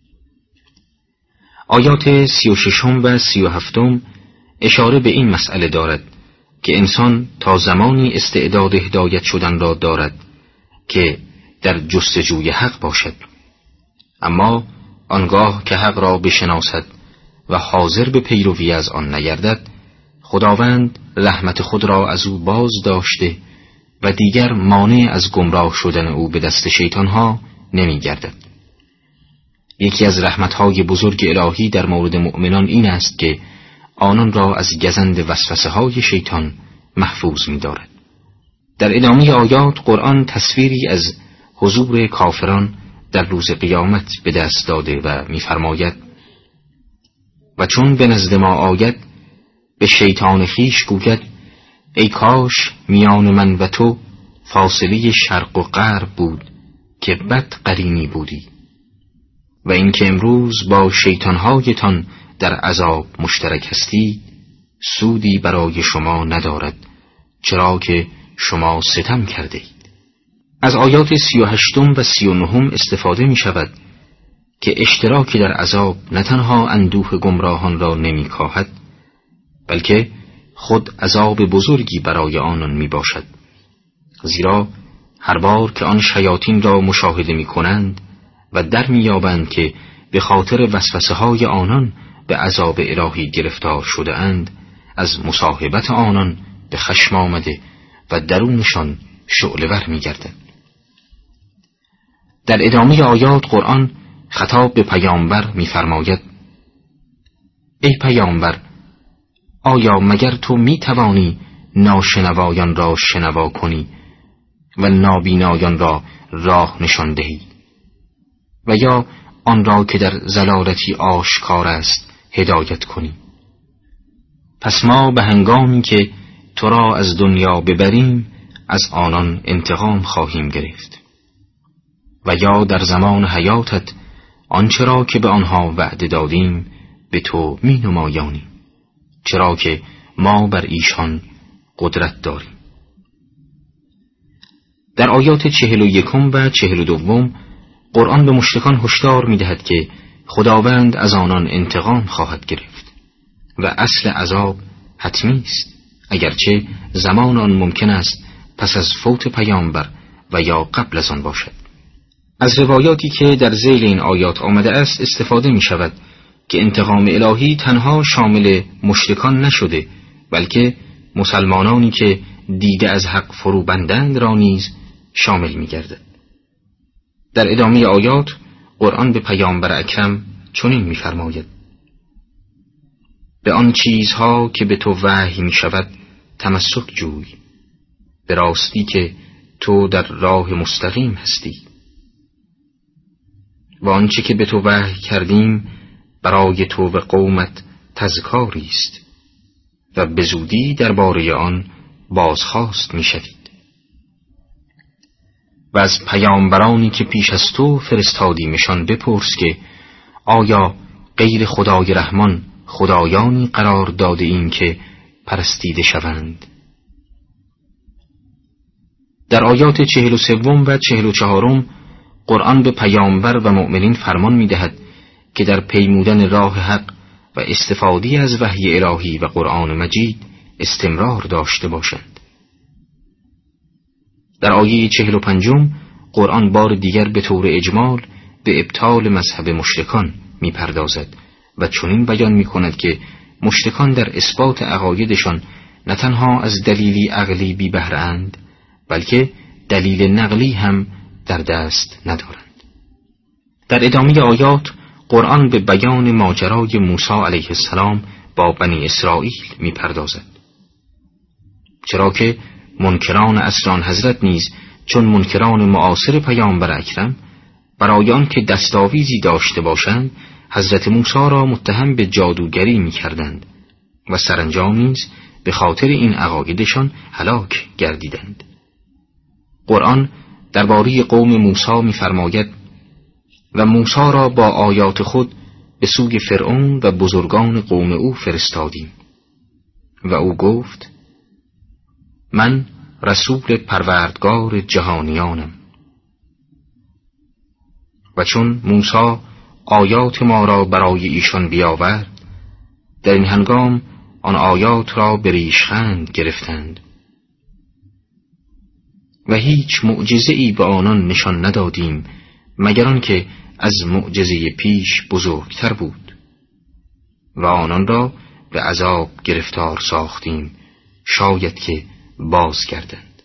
آیات 36 و 37 اشاره به این مسئله دارد که انسان تا زمانی استعداد هدایت شدن را دارد که در جستجوی حق باشد، اما آنگاه که حق را بشناسد و حاضر به پیروی از آن نگردد، خداوند رحمت خود را از او باز داشته و دیگر مانع از گمراه شدن او به دست شیطانها نمی گردد. یکی از رحمتهای بزرگ الهی در مورد مؤمنان این است که آنان را از گزند وسوسه های شیطان محفوظ می دارد. در ادامه آیات قرآن تصویری از حضور کافران در روز قیامت به دست داده و می فرماید و چون به نزد ما آید به شیطان خیش گوید ای کاش میان من و تو فاصله شرق و غرب بود که بد قرینی بودی و اینکه امروز با شیطانهایتان در عذاب مشترک هستی سودی برای شما ندارد، چرا که شما ستم کرده اید. از آیات 38 و 39 استفاده می شود که اشتراک در عذاب نه تنها اندوه گمراهان را نمی کاهد، بلکه خود عذاب بزرگی برای آنان می باشد، زیرا هر بار که آن شیاطین را مشاهده می کنند و در می یابند که به خاطر وسوسه های آنان به عذاب الهی گرفتار شده اند، از مصاحبت آنان به خشم آمده و درونشان شعله‌ور می گردد. در ادامه آیات قرآن خطاب به پیامبر می‌فرماید: ای پیامبر، آیا مگر تو می‌توانی ناشنوایان را شنوا کنی و نابینایان را راه نشان دهی و یا آن را که در ضلالتی آشکار است هدایت کنی؟ پس ما به هنگامی که تو را از دنیا ببریم از آنان انتقام خواهیم گرفت و یا در زمان حیاتت آنچه را که به آنها وعده دادیم به تو می نمایانیم، چرا که ما بر ایشان قدرت داریم. در آیات 41 و 42 قرآن به مشرکان هشدار می دهد که خداوند از آنان انتقام خواهد گرفت و اصل عذاب حتمی است، اگرچه زمان آن ممکن است پس از فوت پیامبر و یا قبل از آن باشد. از روایاتی که در ذیل این آیات آمده است استفاده می شود که انتقام الهی تنها شامل مشرکان نشده، بلکه مسلمانانی که دیده از حق فرو بندند را نیز شامل می گردد. در ادامه آیات قرآن به پیامبر اکرم چنین می فرماید: به آن چیزها که به تو وحی می شود تمسک جوی، به راستی که تو در راه مستقیم هستی، و آنچه که به تو وحی کردیم برای تو و قومت تذکاری است و به زودی درباره آن بازخواست می شوید. و از پیامبرانی که پیش از تو فرستادیمشان بپرس که آیا غیر خدای رحمان خدایانی قرار داده ایم که پرستیده شوند؟ در آیات 43 و 44 قرآن به پیامبر و مؤمنین فرمان می دهد که در پیمودن راه حق و استفاده از وحی الهی و قرآن مجید استمرار داشته باشند. در آیه 45 قرآن بار دیگر به طور اجمال به ابطال مذهب مشرکان می پردازد و چنین بیان می کند که مشرکان در اثبات عقایدشان نه تنها از دلیلی عقلی بی بهره‌اند، بلکه دلیل نقلی هم در دست ندارند. در ادامه آیات قرآن به بیان ماجرای موسی علیه السلام با بنی اسرائیل می پردازد، چرا که منکران عصر آن حضرت نیز چون منکران معاصر پیامبر اکرم برای آن که دستاویزی داشته باشند حضرت موسی را متهم به جادوگری می کردند و سرانجام نیز به خاطر این عقایدشان هلاک گردیدند. قرآن درباره قوم موسی می فرماید: و موسی را با آیات خود به سوی فرعون و بزرگان قوم او فرستادیم و او گفت: من رسول پروردگار جهانیانم. و چون موسی آیات ما را برای ایشان بیاورد در این هنگام آن آیات را به ریشخند گرفتند و هیچ معجزه‌ای به آنان نشان ندادیم مگر آنکه از معجزه پیش بزرگتر بود و آنان را به عذاب گرفتار ساختیم شاید که بازگردند.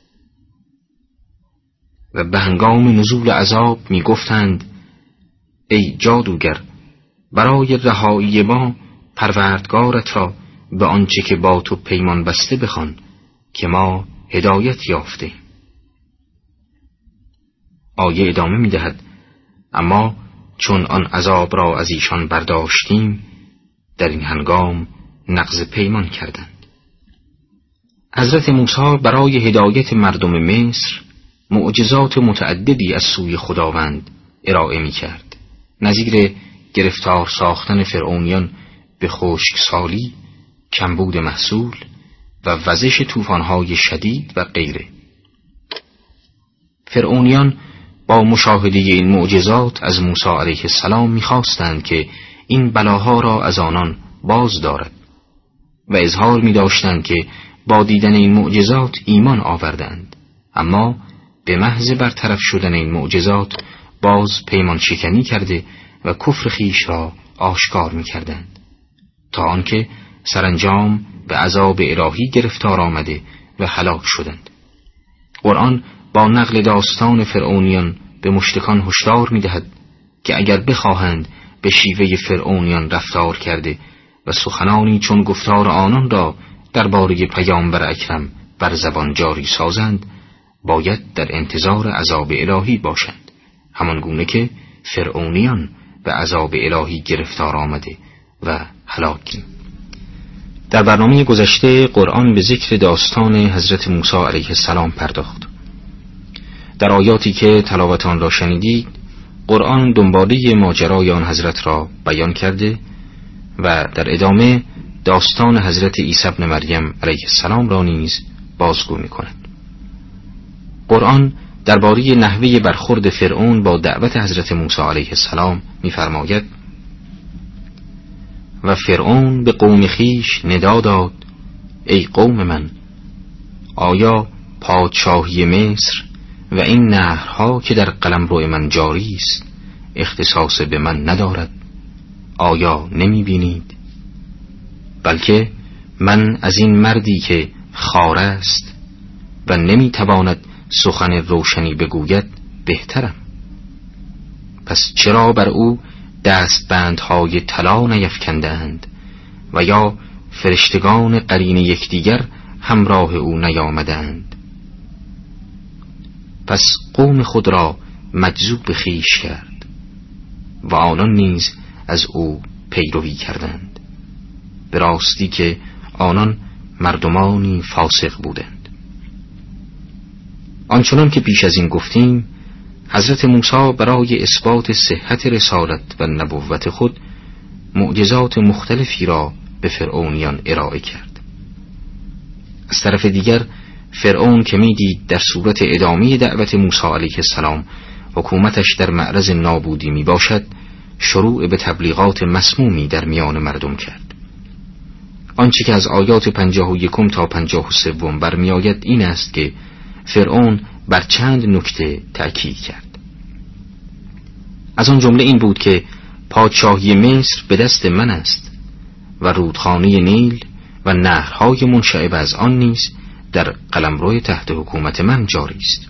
و به هنگام نزول عذاب می گفتند: ای جادوگر، برای رهایی ما پروردگارت را به آنچه که با تو پیمان بسته بخوان که ما هدایت یافته. آیه ادامه می دهد: اما چون آن عذاب را از ایشان برداشتیم در این هنگام نقض پیمان کردند. حضرت موسی برای هدایت مردم مصر معجزات متعددی از سوی خداوند ارائه می کرد، نظیر گرفتار ساختن فرعونیان به خشکسالی، کمبود محصول و وزش طوفان‌های شدید و غیره. فرعونیان با مشاهده این معجزات از موسی علیه السلام می‌خواستند که این بلاها را از آنان باز دارد و اظهار می‌داشتند که با دیدن این معجزات ایمان آوردند، اما به محض برطرف شدن این معجزات باز پیمان شکنی کرده و کفر خیش را آشکار می‌کردند تا آنکه سرانجام به عذاب الهی گرفتار آمده و هلاک شدند. قرآن با نقل داستان فرعونیان به مشرکان هشدار می‌دهد که اگر بخواهند به شیوه فرعونیان رفتار کرده و سخنانی چون گفتار آنان را درباره پیامبر اکرم بر زبان جاری سازند، باید در انتظار عذاب الهی باشند، همان گونه که فرعونیان به عذاب الهی گرفتار آمده و هلاک. در برنامه گذشته قرآن به ذکر داستان حضرت موسی علیه السلام پرداخت. در آیاتی که تلاوت آن را شنیدید، قرآن دنباله ماجرای آن حضرت را بیان کرده و در ادامه داستان حضرت عیسی ابن مریم علیه السلام را نیز بازگو می‌کند. قرآن درباره نحوه برخورد فرعون با دعوت حضرت موسی علیه السلام می‌فرماید: و فرعون به قوم خیش ندا داد: ای قوم من، آیا پادشاهی مصر و این نهرها که در قلمرو من جاری است اختصاص به من ندارد؟ آیا نمی بینید؟ بلکه من از این مردی که خار است و نمی تواند سخن روشنی بگوید بهترم. پس چرا بر او دستبندهای طلا نیفکندند و یا فرشتگان قرین یکدیگر همراه او نیامدند؟ پس قوم خود را مجذوب خویش کرد و آنان نیز از او پیروی کردند، به راستی که آنان مردمانی فاسق بودند. آنچنان که پیش از این گفتیم، حضرت موسی برای اثبات صحت رسالت و نبوت خود معجزات مختلفی را به فرعونیان ارائه کرد. از طرف دیگر فرعون که می‌دید در صورت ادامه دعوت موسی علیه السلام حکومتش در معرض نابودی می باشد، شروع به تبلیغات مسمومی در میان مردم کرد. آنچه که از آیات 51 تا 53 برمی آید این است که فرعون بر چند نکته تأکید کرد. از آن جمله این بود که پادشاهی مصر به دست من است و رودخانه نیل و نهرهای منشعب از آن نیز در قلمرو تحت حکومت من جاری است.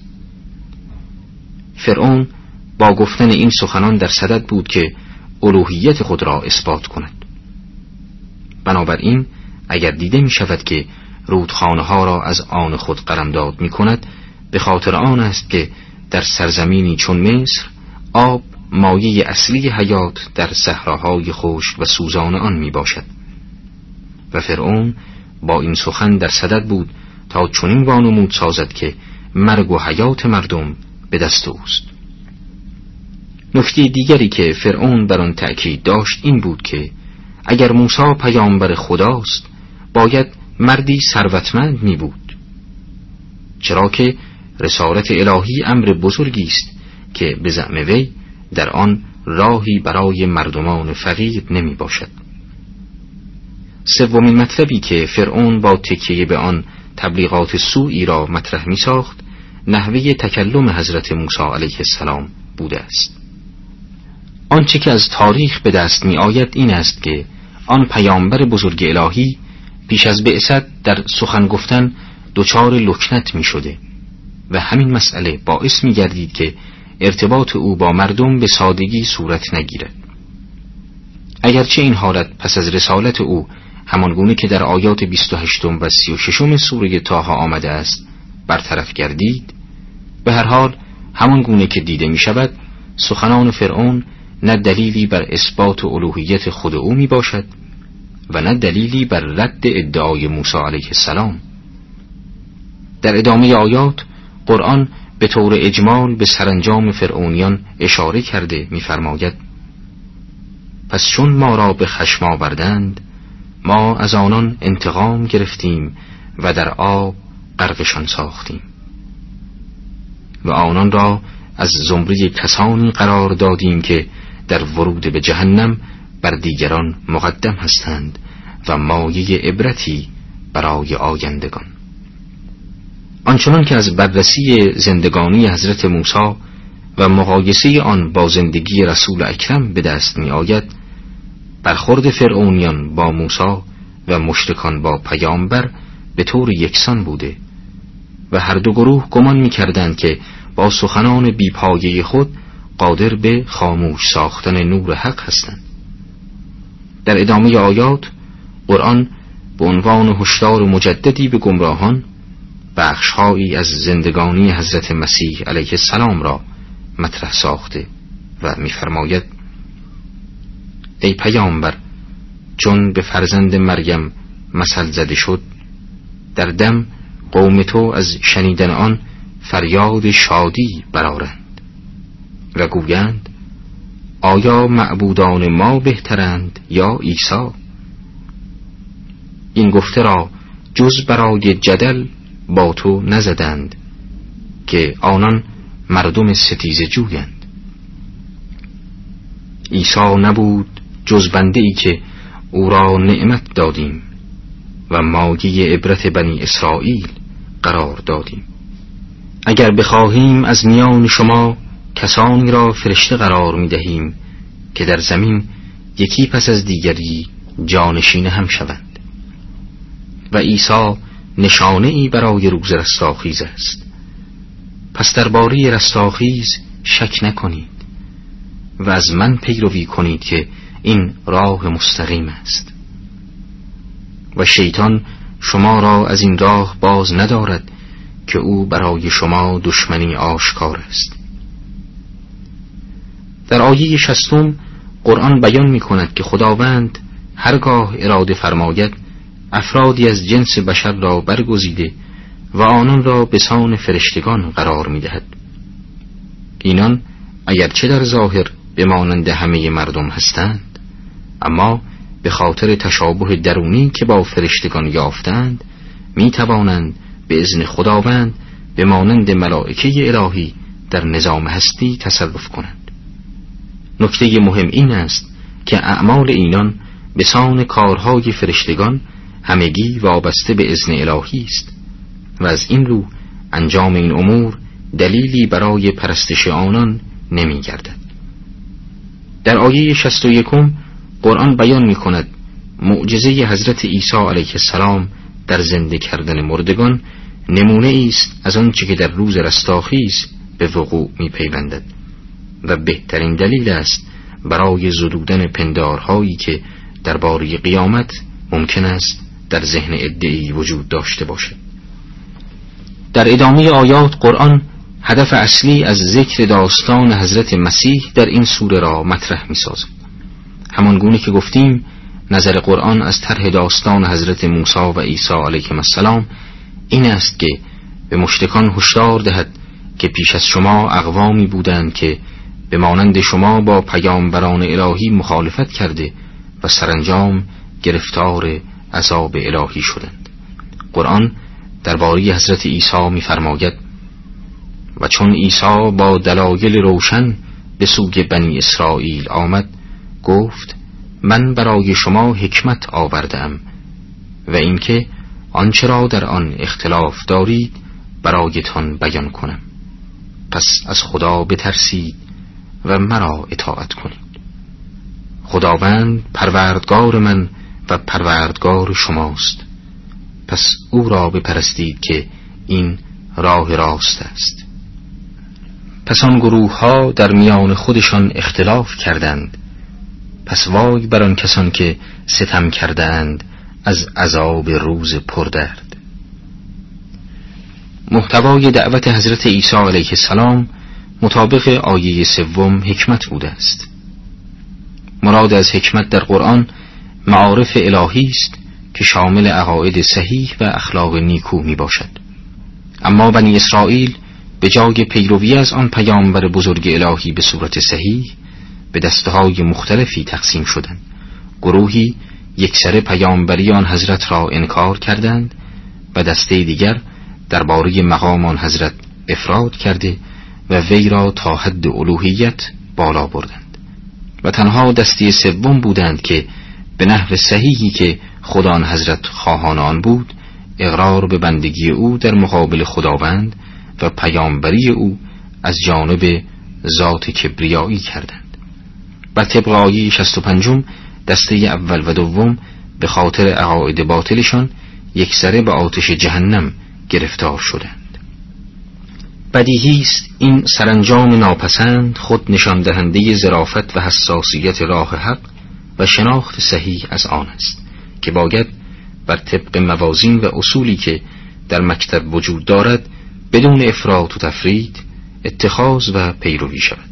فرعون با گفتن این سخنان در صدد بود که الوهیت خود را اثبات کند. بنابراین اگر دیده می شود که رودخانه ها را از آن خود قلمداد می کند، به خاطر آن است که در سرزمینی چون مصر آب مایه اصلی حیات در صحراهای خشک و سوزان آن می باشد و فرعون با این سخن در صدد بود تا چنین وانمود سازد که مرگ و حیات مردم به دست اوست. نکته دیگری که فرعون بر آن تأکید داشت این بود که اگر موسی پیامبر خداست باید مردی ثروتمند می بود، چرا که رسالت الهی امر بزرگی است که به زعم وی در آن راهی برای مردمان فقیر نمی باشد. سومین مطلبی که فرعون با تکیه به آن تبلیغات سوئی را مطرح می ساخت نحوه تکلم حضرت موسی علیه السلام بوده است. آنچه که از تاریخ به دست می آید این است که آن پیامبر بزرگ الهی پیش از بعثت در سخن گفتن دچار لکنت می شده و همین مسئله باعث می گردید که ارتباط او با مردم به سادگی صورت نگیرد. اگرچه این حالت پس از رسالت او همانگونه که در آیات 28 و 36 سوره طه آمده است برطرف گردید، به هر حال همانگونه که دیده می شود سخنان فرعون نه دلیلی بر اثبات الوهیت خود او می باشد و نه دلیلی بر رد ادعای موسی علیه السلام. در ادامه آیات قرآن به طور اجمال به سرانجام فرعونیان اشاره کرده می‌فرماید: پس چون ما را به خشم آوردند ما از آنان انتقام گرفتیم و در آب غرقشان ساختیم و آنان را از زمره کسانی قرار دادیم که در ورود به جهنم بر دیگران مقدم هستند و مایه عبرتی برای آیندگان. آنچنان که از بررسی زندگانی حضرت موسی و مقایسه آن با زندگی رسول اکرم به دست می آید، برخورد فرعونیان با موسی و مشرکان با پیامبر به طور یکسان بوده و هر دو گروه گمان می کردند که با سخنان بیپایه خود قادر به خاموش ساختن نور حق هستند. در ادامه آیات قرآن به عنوان هشدار مجددی به گمراهان بخش‌هایی از زندگانی حضرت مسیح علیه السلام را مطرح ساخته و می‌فرماید: ای پیامبر، چون به فرزند مریم مثل زده شد، در دم قوم تو از شنیدن آن فریاد شادی برآرند و گویند: آیا معبودان ما بهترند یا عیسی؟ این گفته را جز برای جدل با تو نزدند که آنان مردم ستیزه جویند. عیسی نبود جز بنده ای که او را نعمت دادیم و مایه عبرت بنی اسرائیل قرار دادیم. اگر بخواهیم از میان شما کسانی را فرشته قرار می دهیم که در زمین یکی پس از دیگری جانشین هم شوند. و عیسی نشانه ای برای روز رستاخیز است. پس درباره رستاخیز شک نکنید و از من پیروی کنید که این راه مستقیم است و شیطان شما را از این راه باز ندارد که او برای شما دشمنی آشکار است. در آیه 60 قرآن بیان می کند که خداوند هرگاه اراده فرماید افرادی از جنس بشر را برگزیده و آنان را به سان فرشتگان قرار می دهد. اینان اگرچه در ظاهر به مانند همه مردم هستند، اما به خاطر تشابه درونی که با فرشتگان یافتند می توانند به اذن خداوند به مانند ملائکه الهی در نظام هستی تصرف کنند. نکته مهم این است که اعمال اینان به سان کارهای فرشتگان همگی وابسته به اذن الهی است و از این رو انجام این امور دلیلی برای پرستش آنان نمی گردد. در آیه 61 قرآن بیان می کند معجزه حضرت عیسی علیه السلام در زنده کردن مردگان نمونه است از آنچه که در روز رستاخیز به وقوع می پیوندد و بهترین دلیل است برای زدودن پندارهایی که درباره قیامت ممکن است در ذهن عده‌ای وجود داشته باشد. در ادامه آیات قرآن هدف اصلی از ذکر داستان حضرت مسیح در این سوره را مطرح می سازد. همان گونه که گفتیم نظر قرآن از طرح داستان حضرت موسی و عیسی علیهم السلام این است که به مشرکان هشدار دهد که پیش از شما اقوامی بودند که به مانند شما با پیامبران الهی مخالفت کرده و سرانجام گرفتار عذاب الهی شدند. قرآن درباره حضرت عیسی می‌فرماید: و چون عیسی با دلایل روشن به سوی بنی اسرائیل آمد گفت من برای شما حکمت آوردم و اینکه آنچه را در آن اختلاف دارید برایتان بیان کنم. پس از خدا بترسید و مرا اطاعت کنید. خداوند پروردگار من و پروردگار شماست، پس او را بپرستید که این راه راست است. پس آن گروه ها در میان خودشان اختلاف کردند، پس وای بر آن کسان که ستم کردند از عذاب روز پردرد. محتوای دعوت حضرت عیسی علیه السلام مطابق آیه 3 حکمت بوده است. مراد از حکمت در قرآن معارف الهی است که شامل عقاید صحیح و اخلاق نیکو می باشد. اما بنی اسرائیل به جای پیروی از آن پیامبر بزرگ الهی به صورت صحیح به دسته‌های مختلفی تقسیم شدند. گروهی یکسره پیامبری آن حضرت را انکار کردند و دسته دیگر درباره مقام آن حضرت افراد کرده و وی را تا حد الوهیت بالا بردند و تنها دسته سوم بودند که به نحو صحیحی که خدا آن حضرت خواهان آن بود اقرار به بندگی او در مقابل خداوند و پیامبری او از جانب ذات کبریایی کردند. بر طبق آیه 65 دسته اول و دوم به خاطر عقاید باطلشان یکسره به آتش جهنم گرفتار شدند. بدیهی است این سرانجام ناپسند خود نشان دهنده ظرافت و حساسیت راه حق و شناخت صحیح از آن است که باید بر طبق موازین و اصولی که در مکتب وجود دارد بدون افراط و تفرید اتخاذ و پیروی شود.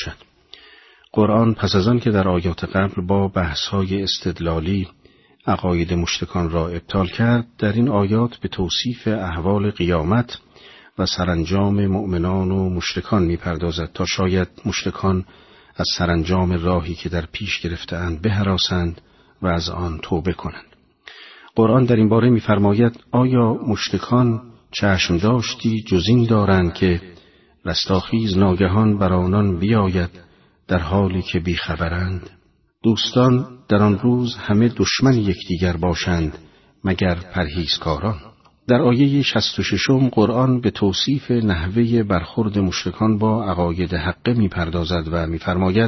قرآن پس از آن که در آیات قبل با بحث‌های استدلالی عقاید مشرکان را ابطال کرد، در این آیات به توصیف احوال قیامت و سرانجام مؤمنان و مشرکان می‌پردازد تا شاید مشرکان از سرانجام راهی که در پیش گرفته‌اند بهراسند و از آن توبه کنند. قرآن در این باره می‌فرماید: آیا مشرکان چشم داشتی جز این دارند که رستاخیز ناگهان بر آنان بیاید در حالی که بیخبرند؟ دوستان در آن روز همه دشمن یکدیگر باشند مگر پرهیزکاران. در آیه 66 قرآن به توصیف نحوه برخورد مشرکان با عقاید حقه می‌پردازد و می‌فرماید: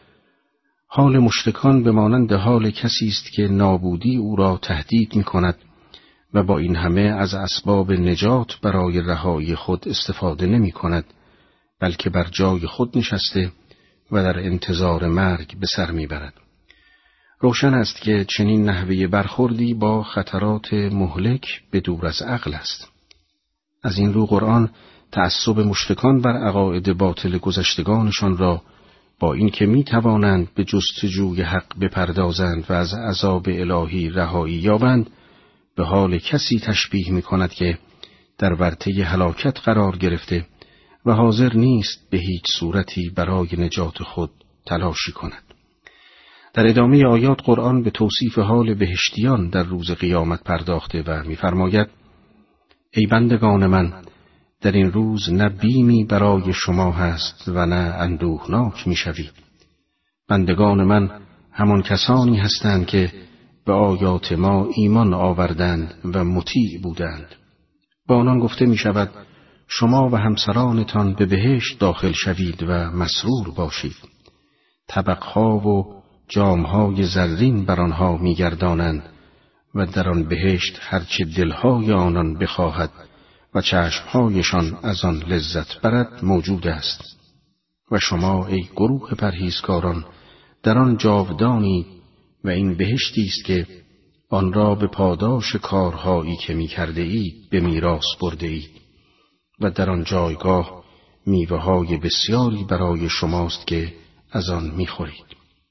حال مشرکان به مانند حال کسی است که نابودی او را تهدید می‌کند و با این همه از اسباب نجات برای رهایی خود استفاده نمی‌کند، بلکه بر جای خود نشسته و در انتظار مرگ به سر می‌برد. روشن است که چنین نحوه برخوردی با خطرات مهلک به دور از عقل است. از این رو قرآن تعصب مشرکان بر عقاید باطل گذشتگانشان را با اینکه می‌توانند به جستجوی حق بپردازند و از عذاب الهی رهایی یابند، به حال کسی تشبیه می‌کند که در ورطه هلاکت قرار گرفته و حاضر نیست به هیچ صورتی برای نجات خود تلاشی کند. در ادامه آیات قرآن به توصیف حال بهشتیان در روز قیامت پرداخته و می‌فرماید: ای بندگان من، در این روز نه بیمی برای شما هست و نه اندوهناک می‌شوید. بندگان من همان کسانی هستند که به آیات ما ایمان آوردند و مطیع بودند. با آنان گفته می‌شود: شما و همسرانتان به بهشت داخل شوید و مسرور باشید. طبقها و جامهای زرین بر آنها می‌گردانند و در آن بهشت هرچه دلهای آنان بخواهد و چشمهایشان از آن لذت برد موجود است. و شما ای گروه پرهیزکاران در آن جاودانید و این بهشتی است که آن را به پاداش کارهایی که می‌کرده اید به میراث برده اید و در آن جایگاه میوه‌های بسیاری برای شماست که از آن می‌خورید.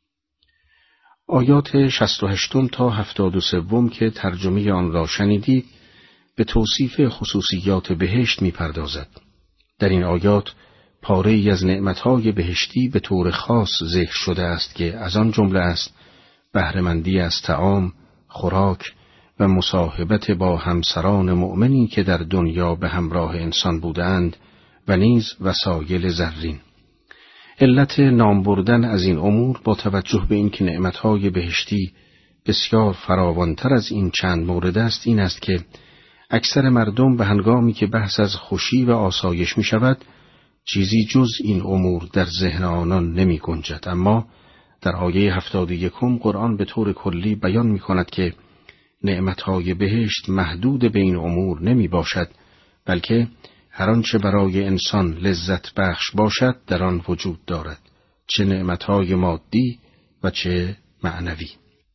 آیات 68 تا 73 که ترجمه آن را شنیدید به توصیف خصوصیات بهشت می‌پردازد. در این آیات پاره‌ای از نعمت‌های بهشتی به طور خاص ذکر شده است که از آن جمله است بهره‌مندی از طعام، خوراک و مصاحبت با همسران مؤمنی که در دنیا به همراه انسان بودند و نیز وسایل زرین. علت نام بردن از این امور با توجه به اینکه نعمت‌های بهشتی بسیار فراوانتر از این چند مورد است این است که اکثر مردم به هنگامی که بحث از خوشی و آسایش می شود چیزی جز این امور در ذهن آنان نمی گنجد. اما در آیه 71 قرآن به طور کلی بیان می کند که نعمت‌های بهشت محدود به این امور نمی باشد، بلکه هر آنچه برای انسان لذت بخش باشد در آن وجود دارد، چه نعمت‌های مادی و چه معنوی.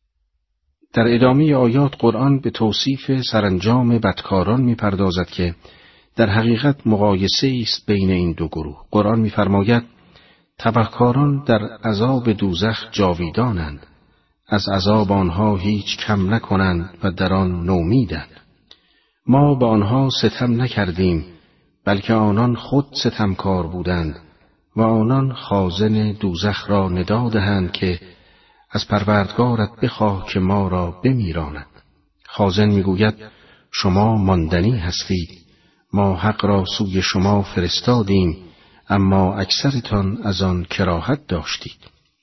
در ادامه آیات قرآن به توصیف سرانجام بدکاران می‌پردازد که در حقیقت مقایسه است بین این دو گروه. قرآن می‌فرماید: تبهکاران در عذاب دوزخ جاویدانند، از عذاب آنها هیچ کم نکنند و در آن نومیدند. ما به آنها ستم نکردیم بلکه آنان خود ستمکار بودند و آنان خازن دوزخ را ندا دهند که از پروردگارت بخواه که ما را بمیراند. خازن میگوید: شما ماندنی هستید، ما حق را سوی شما فرستادیم اما اکثرتان از آن کراهت داشتید.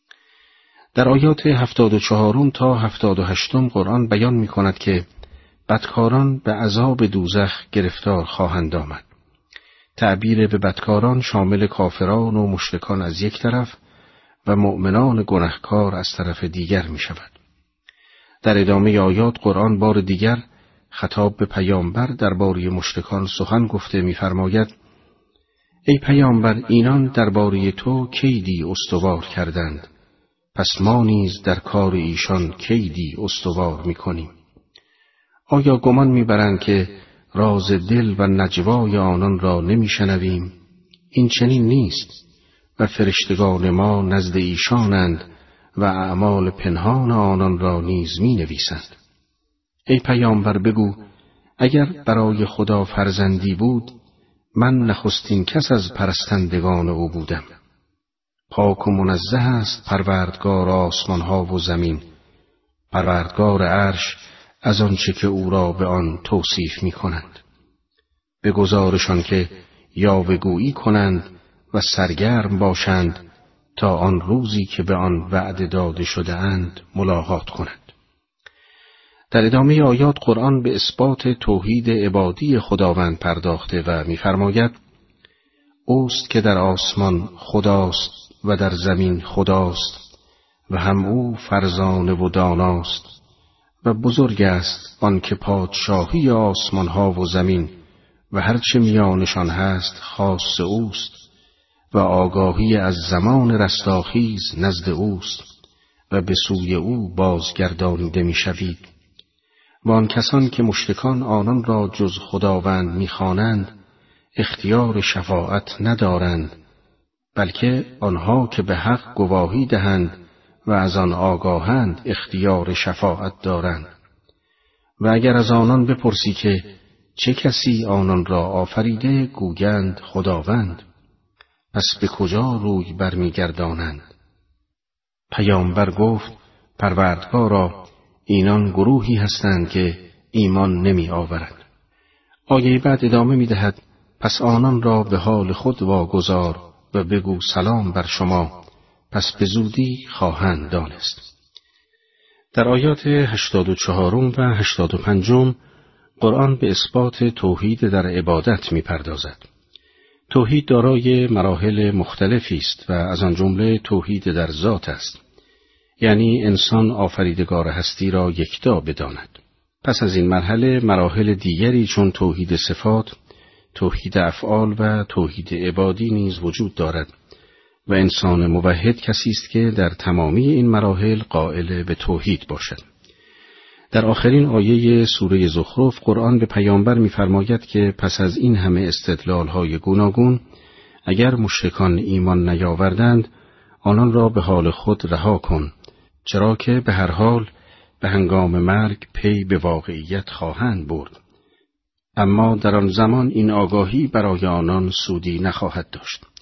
در آیات 74 تا 78 قرآن بیان می کند که بدکاران به عذاب دوزخ گرفتار خواهند آمد. تعبیر به بدکاران شامل کافران و مشرکان از یک طرف و مؤمنان گنهکار از طرف دیگر می شود. در ادامه آیات قرآن بار دیگر خطاب به پیامبر درباره مشرکان سخن گفته می فرماید: ای پیامبر، اینان درباره تو کیدی استوار کردند، پس ما نیز در کار ایشان کیدی استوار می‌کنیم. آیا گمان می‌برند که راز دل و نجوای آنان را نمی‌شنویم؟ این چنین نیست و فرشتگان ما نزد ایشانند و اعمال پنهان آنان را نیز می‌نویسند. ای پیامبر بگو، اگر برای خدا فرزندی بود، من نخستین کس از پرستندگان او بودم. پاک و منزه است پروردگار آسمانها و زمین، پروردگار عرش از آنچه که او را به آن توصیف می کنند. بگذارشان که یاوه‌گویی کنند و سرگرم باشند تا آن روزی که به آن وعده داده شده اند ملاقات کنند. در ادامه آیات قرآن به اثبات توحید عبادی خداوند پرداخته و می‌فرماید: اوست که در آسمان خداست و در زمین خداست و هم او فرزانه و داناست و بزرگ است آن که پادشاهی آسمانها و زمین و هرچه میانشان هست خاص اوست و آگاهی از زمان رستاخیز نزد اوست و به سوی او بازگردانیده میشوید. و آن کسان که مشرکان آنان را جز خداوند می‌خوانند اختیار شفاعت ندارند، بلکه آنها که به حق گواهی دهند و از آن آگاهند اختیار شفاعت دارند. و اگر از آنان بپرسی که چه کسی آنان را آفریده، گویند خداوند. پس به کجا روی برمیگردانند؟ پیامبر گفت: پروردگارا، اینان گروهی هستند که ایمان نمی آورند. آیه بعد ادامه می دهد: پس آنان را به حال خود واگذار و بگو سلام بر شما، پس به زودی خواهند دانست. در آیات 84 و 85 قرآن به اثبات توحید در عبادت می پردازد. توحید دارای مراحل مختلفی است و از آن جمله توحید در ذات است، یعنی انسان آفریدگار هستی را یکتا بداند. پس از این مرحله مراحل دیگری چون توحید صفات، توحید افعال و توحید عبادی نیز وجود دارد و انسان موحد کسی است که در تمامی این مراحل قائل به توحید باشد. در آخرین آیه سوره زخرف قرآن به پیامبر می‌فرماید که پس از این همه استدلال‌های گوناگون اگر مشرکان ایمان نیاوردند آنان را به حال خود رها کن، چرا که به هر حال به هنگام مرگ پی به واقعیت خواهند برد، اما در آن زمان این آگاهی برای آنان سودی نخواهد داشت.